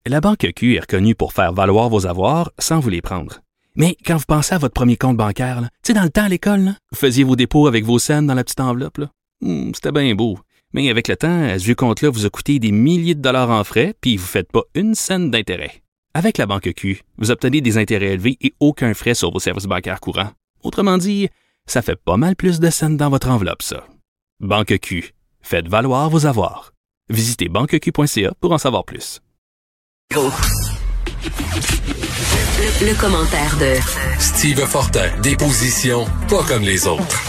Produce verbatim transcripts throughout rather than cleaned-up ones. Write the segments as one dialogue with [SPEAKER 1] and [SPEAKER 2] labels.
[SPEAKER 1] La Banque Q est reconnue pour faire valoir vos avoirs sans vous les prendre. Mais quand vous pensez à votre premier compte bancaire, tu sais, dans le temps à l'école, là, vous faisiez vos dépôts avec vos scènes dans la petite enveloppe. Là. Hum, c'était bien beau. Mais avec le temps, ce vieux compte-là vous a coûté des milliers de dollars en frais, puis vous ne faites pas une scène d'intérêt. Avec la Banque Q, vous obtenez des intérêts élevés et aucun frais sur vos services bancaires courants. Autrement dit, ça fait pas mal plus de scènes dans votre enveloppe, ça. Banque Q. Faites valoir vos avoirs. Visitez banque q point c a pour en savoir plus.
[SPEAKER 2] Le, le commentaire de
[SPEAKER 3] Steve Fortin, des positions pas comme les autres.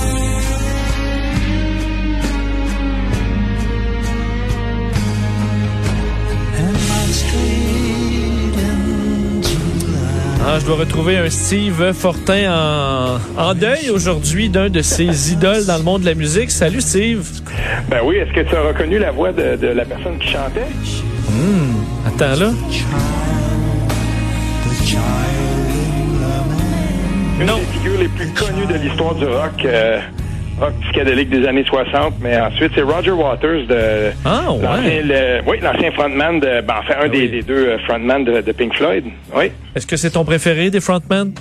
[SPEAKER 4] Ah, je dois retrouver un Steve Fortin en, en deuil aujourd'hui d'un de ses idoles dans le monde de la musique. Salut Steve.
[SPEAKER 5] Ben oui, est-ce que tu as reconnu la voix de, de la personne qui chantait?
[SPEAKER 4] Hum, attends là.
[SPEAKER 5] Une
[SPEAKER 4] Non.
[SPEAKER 5] des figures les plus connues de l'histoire du rock, euh, rock psychédélique des années soixante, mais ensuite c'est Roger Waters, de
[SPEAKER 4] Ah ouais.
[SPEAKER 5] l'ancien, le, oui, l'ancien frontman de, ben, enfin un
[SPEAKER 4] Ah,
[SPEAKER 5] des,
[SPEAKER 4] oui.
[SPEAKER 5] des deux frontman de, de Pink Floyd. Oui.
[SPEAKER 4] Est-ce que c'est ton préféré des frontmen?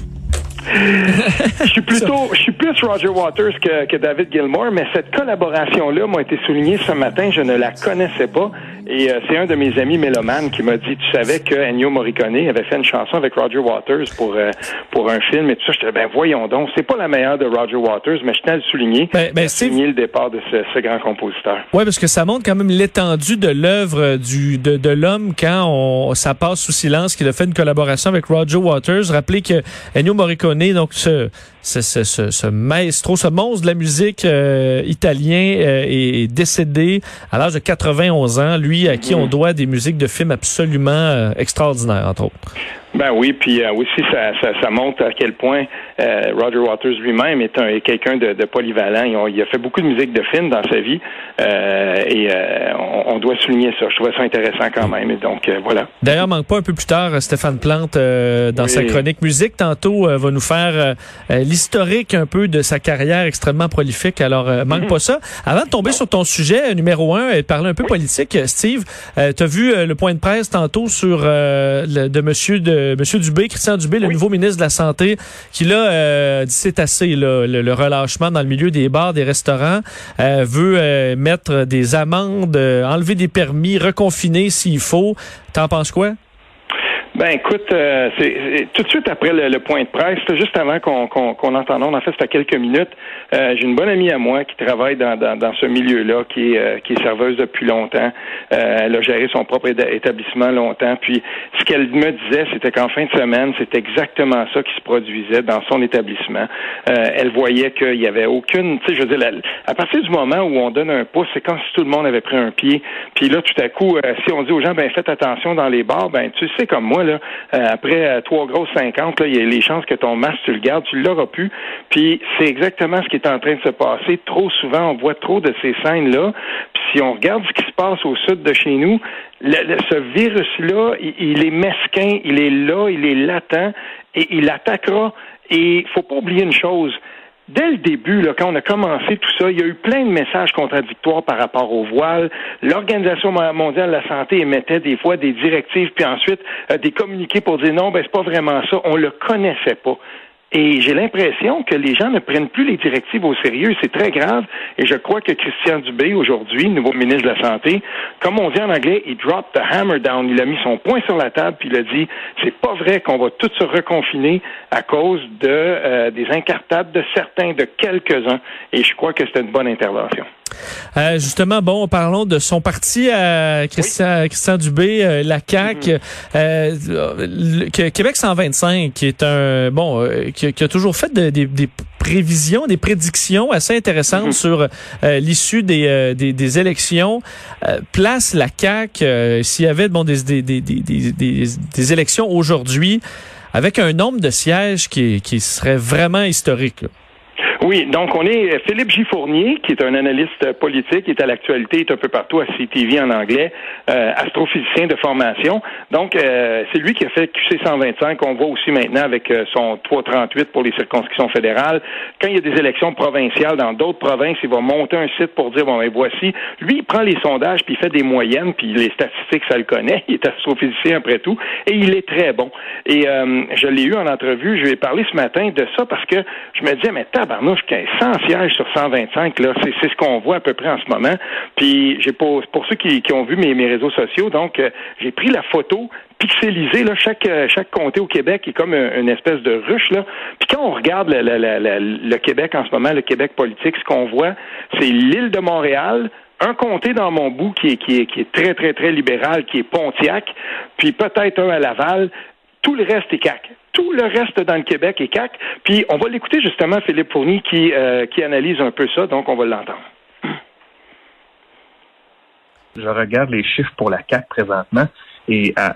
[SPEAKER 5] Je suis plutôt, je suis plus Roger Waters que, que David Gilmour, mais cette collaboration-là m'a été soulignée ce matin. Je ne la connaissais pas. Et euh, c'est un de mes amis mélomanes qui m'a dit, tu savais que Ennio Morricone avait fait une chanson avec Roger Waters pour euh, pour un film et tout ça. Je disais, ben voyons donc, c'est pas la meilleure de Roger Waters, mais je tenais à le souligner.
[SPEAKER 4] Ben, ben, c'est...
[SPEAKER 5] souligner le départ de ce, ce grand compositeur.
[SPEAKER 4] Oui, parce que ça montre quand même l'étendue de l'œuvre du de, de l'homme quand on ça passe sous silence qu'il a fait une collaboration avec Roger Waters. Rappelez que Ennio Morricone, donc ce ce, ce, ce, ce maestro, ce monstre de la musique euh, italien euh, est, est décédé à l'âge de quatre-vingt-onze ans. Lui, à qui on doit des musiques de films absolument euh, extraordinaires, entre autres.
[SPEAKER 5] Ben oui, puis euh, aussi ça, ça, ça montre à quel point euh, Roger Waters lui-même est, un, est quelqu'un de, de polyvalent. Il a, il a fait beaucoup de musique de films dans sa vie euh, et euh, on, on doit souligner ça. Je trouvais ça intéressant quand même. Et donc euh, voilà.
[SPEAKER 4] D'ailleurs, manque pas un peu plus tard, Stéphane Plante, euh, dans oui. sa chronique musique, tantôt euh, va nous faire euh, l'historique un peu de sa carrière extrêmement prolifique. Alors, euh, manque mm-hmm. pas ça. Avant de tomber bon. sur ton sujet numéro un et de parler un peu oui. politique, Steve, euh, tu as vu euh, le point de presse tantôt sur euh, le, de Monsieur de Monsieur Dubé, Christian Dubé, le oui. nouveau ministre de la Santé, qui là euh, dit c'est assez là, le, le relâchement dans le milieu des bars, des restaurants, euh, veut euh, mettre des amendes, euh, enlever des permis, reconfiner s'il faut. T'en penses quoi?
[SPEAKER 5] Ben écoute, euh, c'est, c'est tout de suite après le, le point de presse, là, juste avant qu'on, qu'on, qu'on entende, en fait, c'était quelques minutes, euh, j'ai une bonne amie à moi qui travaille dans, dans, dans ce milieu-là, qui est, euh, qui est serveuse depuis longtemps. Euh, elle a géré son propre établissement longtemps. Puis ce qu'elle me disait, c'était qu'en fin de semaine, c'est exactement ça qui se produisait dans son établissement. Euh, elle voyait qu'il y avait aucune, tu sais, je veux dire, la, à partir du moment où on donne un pouce, c'est comme si tout le monde avait pris un pied. Puis là, tout à coup, euh, si on dit aux gens, ben faites attention dans les bars, ben tu sais comme moi, là, Euh, après euh, trois grosses cinquante, là, il y a les chances que ton masque, tu le gardes, tu l'auras plus. Puis c'est exactement ce qui est en train de se passer. Trop souvent, on voit trop de ces scènes-là. Puis si on regarde ce qui se passe au sud de chez nous, le, le, ce virus-là, il, il est mesquin, il est là, il est latent et il attaquera. Et faut pas oublier une chose. Dès le début, là, quand on a commencé tout ça, il y a eu plein de messages contradictoires par rapport au voile. L'Organisation mondiale de la santé émettait des fois des directives, puis ensuite euh, des communiqués pour dire non, ben c'est pas vraiment ça. On le connaissait pas. Et j'ai l'impression que les gens ne prennent plus les directives au sérieux. C'est très grave. Et je crois que Christian Dubé, aujourd'hui, nouveau ministre de la Santé, comme on dit en anglais, il dropped the hammer down. Il a mis son poing sur la table puis il a dit, c'est pas vrai qu'on va tous se reconfiner à cause de euh, des incartades de certains, de quelques-uns. Et je crois que c'était une bonne intervention.
[SPEAKER 4] Euh, justement, bon, parlons de son parti à Christian, oui. Christian Dubé, euh, la C A Q, mm-hmm. euh, le, Québec cent vingt-cinq, qui est un bon, euh, qui, qui a toujours fait de, des, des prévisions, des prédictions assez intéressantes mm-hmm. sur euh, l'issue des, euh, des, des élections. Euh, place la C A Q, euh, s'il y avait bon des des des des, des, des élections aujourd'hui, avec un nombre de sièges qui qui serait vraiment historique. Là.
[SPEAKER 5] Oui, donc on est Philippe J. Fournier, qui est un analyste politique, qui est à l'actualité, est un peu partout à C T V en anglais, euh, astrophysicien de formation. Donc, euh, c'est lui qui a fait Q C cent vingt-cinq, on voit aussi maintenant avec euh, son trois trente-huit pour les circonscriptions fédérales. Quand il y a des élections provinciales dans d'autres provinces, il va monter un site pour dire, bon, ben voici. Lui, il prend les sondages, puis il fait des moyennes, puis les statistiques, ça le connaît. Il est astrophysicien après tout, et il est très bon. Et euh, je l'ai eu en entrevue, je lui ai parlé ce matin de ça, parce que je me disais, mais tabarnouche, cent sièges sur cent vingt-cinq, là, c'est, c'est ce qu'on voit à peu près en ce moment. Puis, j'ai pour, pour ceux qui, qui ont vu mes, mes réseaux sociaux, donc, euh, j'ai pris la photo pixelisée, là, chaque, euh, chaque comté au Québec est comme une, une espèce de ruche, là. Puis quand on regarde le, le, le, le Québec en ce moment, le Québec politique, ce qu'on voit, c'est l'île de Montréal, un comté dans mon bout qui est, qui est, qui est très, très, très libéral, qui est Pontiac, puis peut-être un à Laval. Tout le reste est C A Q. Tout le reste dans le Québec est C A Q. Puis on va l'écouter justement, Philippe Fournier, qui, euh, qui analyse un peu ça, donc on va l'entendre.
[SPEAKER 6] Je regarde les chiffres pour la C A Q présentement et euh,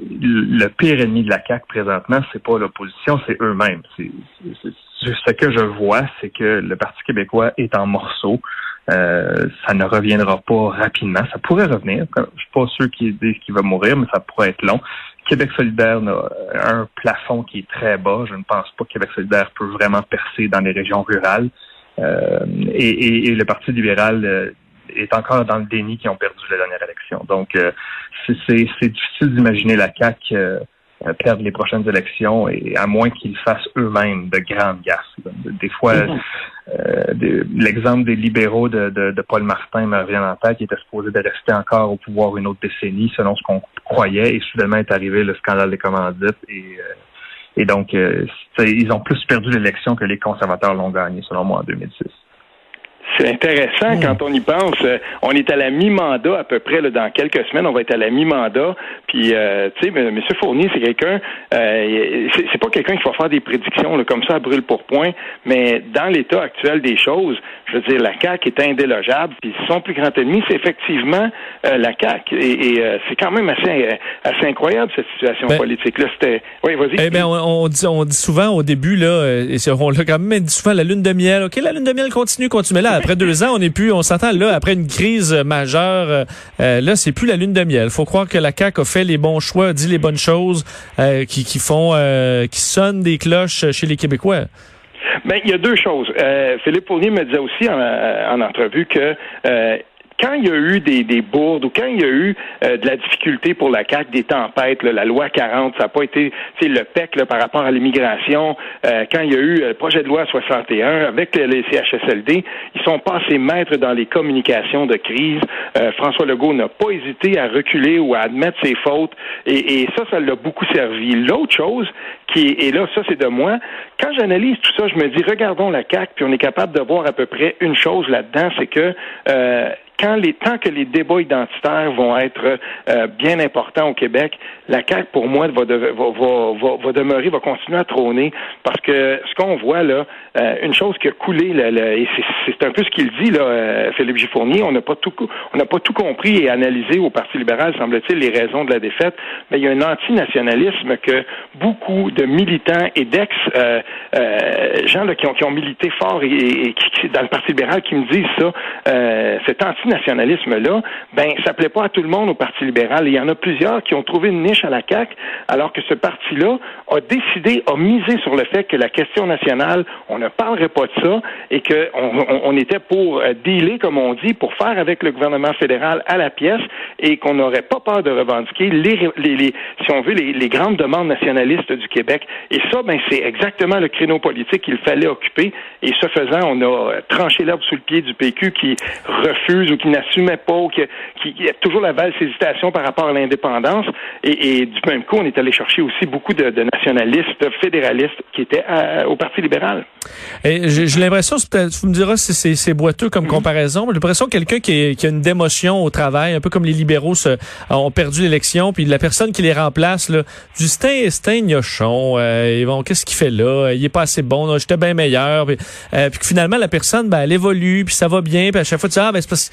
[SPEAKER 6] le pire ennemi de la C A Q présentement, c'est pas l'opposition, c'est eux-mêmes. C'est, c'est, c'est, ce que je vois, c'est que le Parti québécois est en morceaux. Euh, ça ne reviendra pas rapidement. Ça pourrait revenir. Je suis pas sûr qu'il disent qu'il va mourir, mais ça pourrait être long. Québec solidaire a un plafond qui est très bas. Je ne pense pas que Québec solidaire peut vraiment percer dans les régions rurales. Euh, et, et, et le Parti libéral euh, est encore dans le déni qu'ils ont perdu la dernière élection. Donc, euh, c'est, c'est, c'est difficile d'imaginer la C A Q euh, perdre les prochaines élections, et à moins qu'ils fassent eux-mêmes de grandes gaffes. Des fois, mmh. euh, des, l'exemple des libéraux de, de, de Paul Martin me revient en tête, qui était supposé de rester encore au pouvoir une autre décennie, selon ce qu'on croyait, et soudainement est arrivé le scandale des commandites, et, euh, et donc, euh, ils ont plus perdu l'élection que les conservateurs l'ont gagné, selon moi, en deux mille six.
[SPEAKER 5] C'est intéressant mmh. quand on y pense. Euh, on est à la mi-mandat à peu près, là, dans quelques semaines, on va être à la mi-mandat. Puis, euh, tu sais, M. Fournier, c'est quelqu'un, euh, c'est, c'est pas quelqu'un qui va faire des prédictions là, comme ça à brûle pour point, mais dans l'état actuel des choses, je veux dire, la C A Q est indélogeable. Puis son plus grand ennemi, c'est effectivement euh, la C A Q. Et, et euh, c'est quand même assez, assez incroyable cette situation ben, politique. Là, c'était. Oui, vas-y.
[SPEAKER 4] Eh bien, on, on dit, on dit souvent au début là, et on l'a quand même dit souvent la lune de miel. Ok, la lune de miel continue, continue. Mais là, après deux ans, on n'est plus, on s'entend là, après une crise majeure, euh, là, c'est plus la lune de miel. Faut croire que la C A Q a fait les bons choix, a dit les bonnes choses, euh, qui, qui font, euh, qui sonnent des cloches chez les Québécois.
[SPEAKER 5] Ben, il y a deux choses. Euh, Philippe Fournier me disait aussi en, en entrevue que euh, quand il y a eu des, des bourdes ou quand il y a eu euh, de la difficulté pour la C A Q, des tempêtes, là, la loi quarante, ça n'a pas été, tu sais, le P E C là, par rapport à l'immigration, euh, quand il y a eu le projet de loi soixante et un avec les C H S L D, ils sont passés maîtres dans les communications de crise. Euh, François Legault n'a pas hésité à reculer ou à admettre ses fautes, et, et ça, ça l'a beaucoup servi. L'autre chose, qui est, et là, ça c'est de moi, quand j'analyse tout ça, je me dis, regardons la C A Q, puis on est capable de voir à peu près une chose là-dedans, c'est que euh, Quand les, tant que les débats identitaires vont être euh, bien importants au Québec, la C A Q, pour moi, va, de, va, va, va, va demeurer, va continuer à trôner, parce que ce qu'on voit là, euh, une chose qui a coulé, là, là, et c'est, c'est un peu ce qu'il dit, là, euh, Philippe J. Fournier, on n'a pas tout, on n'a pas tout compris et analysé au Parti libéral, semble-t-il, les raisons de la défaite, mais il y a un antinationalisme que beaucoup de militants et d'ex euh, euh, gens là, qui, ont, qui ont milité fort et, et, et qui, dans le Parti libéral qui me disent ça, euh, cet antinationalisme-là, ben, ça plaît pas à tout le monde au Parti libéral. Et il y en a plusieurs qui ont trouvé une niche à la C A Q, alors que ce parti-là a décidé, a misé sur le fait que la question nationale, on ne parlerait pas de ça et qu'on on, on était pour euh, dealer, comme on dit, pour faire avec le gouvernement fédéral à la pièce et qu'on n'aurait pas peur de revendiquer les, les, les si on veut, les, les grandes demandes nationalistes du Québec. Et ça, ben, c'est exactement le créneau politique qu'il fallait occuper. Et ce faisant, on a tranché l'herbe sous le pied du P Q qui refuse ou qui n'assumait pas, ou qui, qui, qui a toujours la valse hésitation par rapport à l'indépendance. Et, et du même coup, on est allé chercher aussi beaucoup de, de nationalistes, fédéralistes qui étaient à, au Parti libéral.
[SPEAKER 4] Et j'ai, j'ai l'impression, tu me diras si c'est, c'est boiteux comme mm-hmm. comparaison, mais j'ai l'impression que quelqu'un qui, est, qui a une démotion au travail, un peu comme les libéraux se, ont perdu l'élection, puis la personne qui les remplace, là, du c'est un gnochon, euh, ils vont, qu'est-ce qu'il fait là? Il est pas assez bon, là, j'étais bien meilleur. Puis, euh, puis finalement, la personne, ben, elle évolue, puis ça va bien, puis à chaque fois, tu dis, ah, ben, c'est parce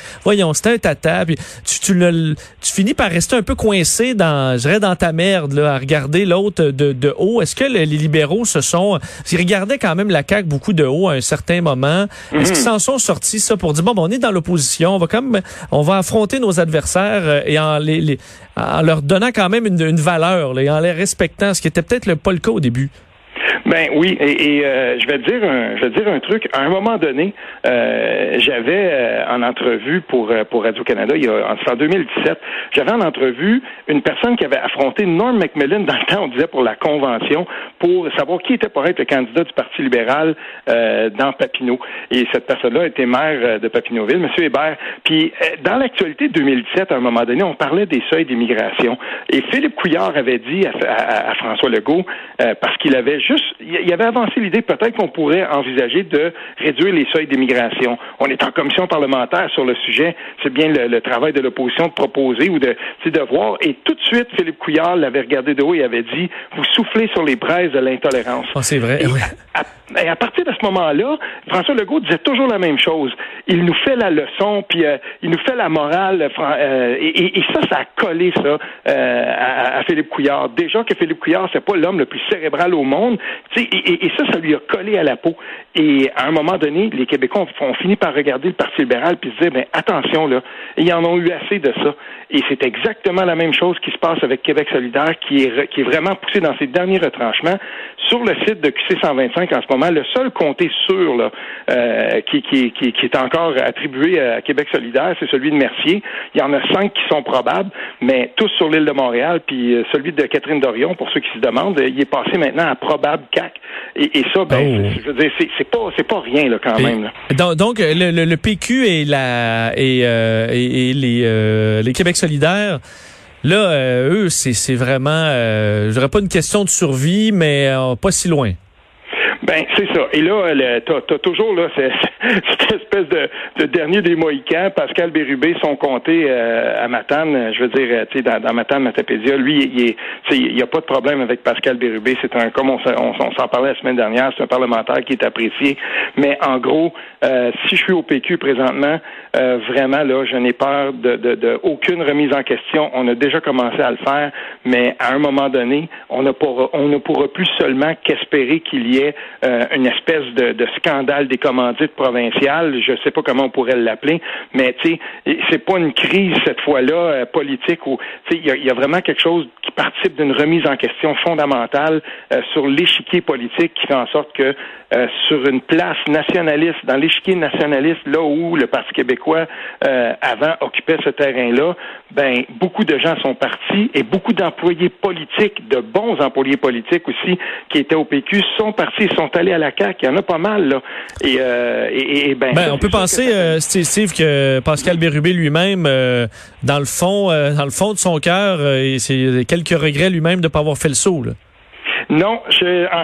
[SPEAKER 4] voyons, c'était un tata. Puis tu, tu, le, tu finis par rester un peu coincé dans, je dirais, dans ta merde, là, à regarder l'autre de, de haut. Est-ce que le, les libéraux se sont... Ils regardaient quand même la C A Q beaucoup de haut à un certain moment. Mm-hmm. Est-ce qu'ils s'en sont sortis, ça, pour dire, bon, ben, on est dans l'opposition, on va quand même, on va affronter nos adversaires euh, et en, les, les, en leur donnant quand même une, une valeur, là, et en les respectant, ce qui était peut-être le, pas le cas au début.
[SPEAKER 5] Ben oui, et, et euh, je vais te dire un, je vais te dire un truc. À un moment donné, euh, j'avais euh, en entrevue pour pour Radio-Canada, il y a en deux mille dix-sept, j'avais en entrevue une personne qui avait affronté Norm Macmillan dans le temps, on disait pour la convention, pour savoir qui était pour être le candidat du Parti libéral euh, dans Papineau. Et cette personne-là était maire de Papineauville, M. Hébert. Puis euh, dans l'actualité de deux mille dix-sept, à un moment donné, on parlait des seuils d'immigration. Et Philippe Couillard avait dit à, à, à François Legault, euh, parce qu'il avait juste il avait avancé l'idée peut-être qu'on pourrait envisager de réduire les seuils d'immigration. On est en commission parlementaire sur le sujet. C'est bien le, le travail de l'opposition de proposer ou de, de voir. Et tout de suite, Philippe Couillard l'avait regardé de haut et avait dit « Vous soufflez sur les braises de l'intolérance.
[SPEAKER 4] Oh, » c'est vrai,
[SPEAKER 5] et
[SPEAKER 4] oui.
[SPEAKER 5] À, à, et à partir de ce moment-là, François Legault disait toujours la même chose. Il nous fait la leçon, puis euh, il nous fait la morale. Euh, et, et ça, ça a collé ça euh, à, à Philippe Couillard. Déjà que Philippe Couillard, c'est pas l'homme le plus cérébral au monde. Et, et, et ça, ça lui a collé à la peau. Et à un moment donné, les Québécois ont, ont fini par regarder le Parti libéral puis se dire, ben attention, là, ils en ont eu assez de ça. Et c'est exactement la même chose qui se passe avec Québec solidaire, qui est, qui est vraiment poussé dans ses derniers retranchements. Sur le site de Q C cent vingt-cinq, en ce moment, le seul comté sûr là, euh, qui, qui, qui, qui est encore attribué à Québec solidaire, c'est celui de Mercier. Il y en a cinq qui sont probables, mais tous sur l'île de Montréal, puis celui de Catherine Dorion, pour ceux qui se demandent, il est passé maintenant à probable C A C. Et, et ça, ben, oh. je veux dire, c'est, c'est pas, c'est pas rien là quand et, même. Là.
[SPEAKER 4] Donc, donc le, le, le P Q et la et, euh, et, et les euh, les Québec solidaires. Là, euh, eux, c'est, c'est vraiment, euh, je dirais pas une question de survie, mais euh, pas si loin.
[SPEAKER 5] Ben, c'est ça. Et là, le, t'as, t'as toujours là c'est, cette espèce de, de dernier des Mohicans, Pascal Bérubé, son comté euh, à Matane, je veux dire, tu sais, dans, dans Matane, Matapédia, lui, il est, il n'y a pas de problème avec Pascal Bérubé. C'est un, comme on, on, on s'en parlait la semaine dernière, c'est un parlementaire qui est apprécié. Mais en gros, euh, si je suis au P Q présentement, euh, vraiment, là, je n'ai peur de, de, de aucune remise en question. On a déjà commencé à le faire, mais à un moment donné, on ne pourra, on ne pourra plus seulement qu'espérer qu'il y ait Euh, une espèce de, de scandale des commandites provinciales, je sais pas comment on pourrait l'appeler, mais tu sais, c'est pas une crise cette fois-là euh, politique où tu sais, il y, y a vraiment quelque chose qui participe d'une remise en question fondamentale euh, sur l'échiquier politique qui fait en sorte que euh, sur une place nationaliste, dans l'échiquier nationaliste, là où le Parti québécois euh, avant occupait ce terrain-là, ben beaucoup de gens sont partis et beaucoup d'employés politiques, de bons employés politiques aussi, qui étaient au P Q, sont partis, sont allés à la C A Q. Il y en a pas mal, là. Et, euh, et, et ben,
[SPEAKER 4] ben on peut penser, que euh, Steve, que Pascal Bérubé lui-même, euh, dans le fond, euh, dans le fond de son cœur, euh, c'est quelques regrets lui-même de ne pas avoir fait le saut, là.
[SPEAKER 5] Non, je,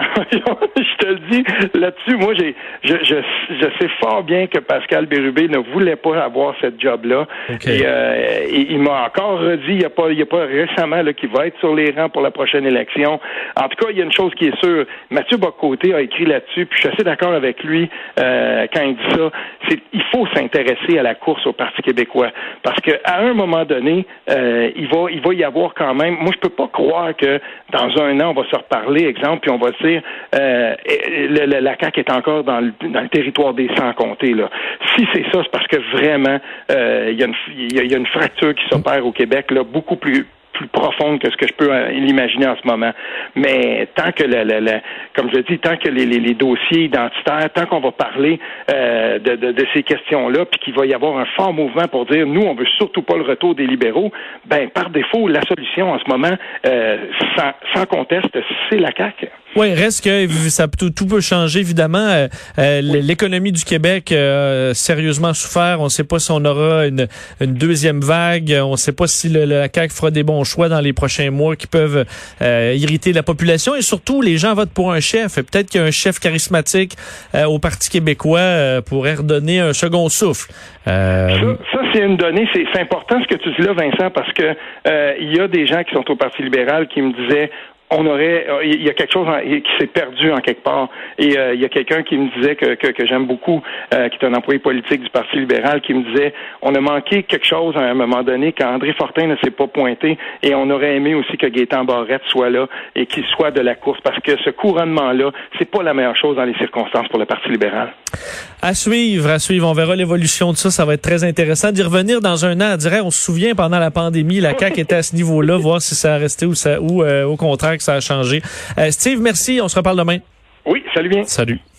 [SPEAKER 5] je te le dis là-dessus, moi j'ai je, je je sais fort bien que Pascal Bérubé ne voulait pas avoir cette job-là. Okay. Et, euh, et il m'a encore redit il y a pas il y a pas récemment là qu'il va être sur les rangs pour la prochaine élection. En tout cas, il y a une chose qui est sûre, Mathieu Bock-Côté a écrit là-dessus, puis je suis assez d'accord avec lui euh, quand il dit ça. C'est il faut s'intéresser à la course au Parti québécois parce que à un moment donné, euh, il va il va y avoir quand même. Moi, je peux pas croire que dans un an on va se reparler. Exemple, puis on va dire euh, le, le, la C A Q est encore dans le, dans le territoire des sans comtés. Là. Si c'est ça, c'est parce que vraiment, euh, il y a une, il y a, il y a une fracture qui s'opère au Québec, là, beaucoup plus plus profonde que ce que je peux l'imaginer en ce moment. Mais tant que, le, le, le, comme je le dis, tant que les, les, les dossiers identitaires, tant qu'on va parler euh, de, de, de ces questions-là, puis qu'il va y avoir un fort mouvement pour dire, nous, on veut surtout pas le retour des libéraux, ben par défaut, la solution en ce moment, euh, sans, sans conteste, c'est la C A Q.
[SPEAKER 4] Oui, reste que ça tout, tout peut changer, évidemment. Euh, euh, oui. L'économie du Québec euh, sérieusement souffert. On ne sait pas si on aura une, une deuxième vague. On ne sait pas si le, la C A Q fera des bons choix dans les prochains mois qui peuvent euh, irriter la population. Et surtout, les gens votent pour un chef. Et peut-être qu'un chef charismatique euh, au Parti québécois euh, pourrait redonner un second souffle. Euh...
[SPEAKER 5] Ça, ça c'est une donnée. C'est, c'est important ce que tu dis là, Vincent, parce que euh, il y a des gens qui sont au Parti libéral qui me disaient on aurait, il y a quelque chose en, qui s'est perdu en quelque part. Et euh, il y a quelqu'un qui me disait que, que, que j'aime beaucoup, euh, qui est un employé politique du Parti libéral, qui me disait, on a manqué quelque chose à un moment donné quand André Fortin ne s'est pas pointé, et on aurait aimé aussi que Gaétan Barrette soit là et qu'il soit de la course, parce que ce couronnement-là, c'est pas la meilleure chose dans les circonstances pour le Parti libéral.
[SPEAKER 4] À suivre, à suivre. On verra l'évolution de ça. Ça va être très intéressant d'y revenir dans un an. On dirait, on se souvient pendant la pandémie, la C A Q était à ce niveau-là, voir si ça a resté ou ça, ou euh, au contraire que ça a changé. Euh, Steve, merci. On se reparle demain.
[SPEAKER 5] Oui, salut bien.
[SPEAKER 4] Salut.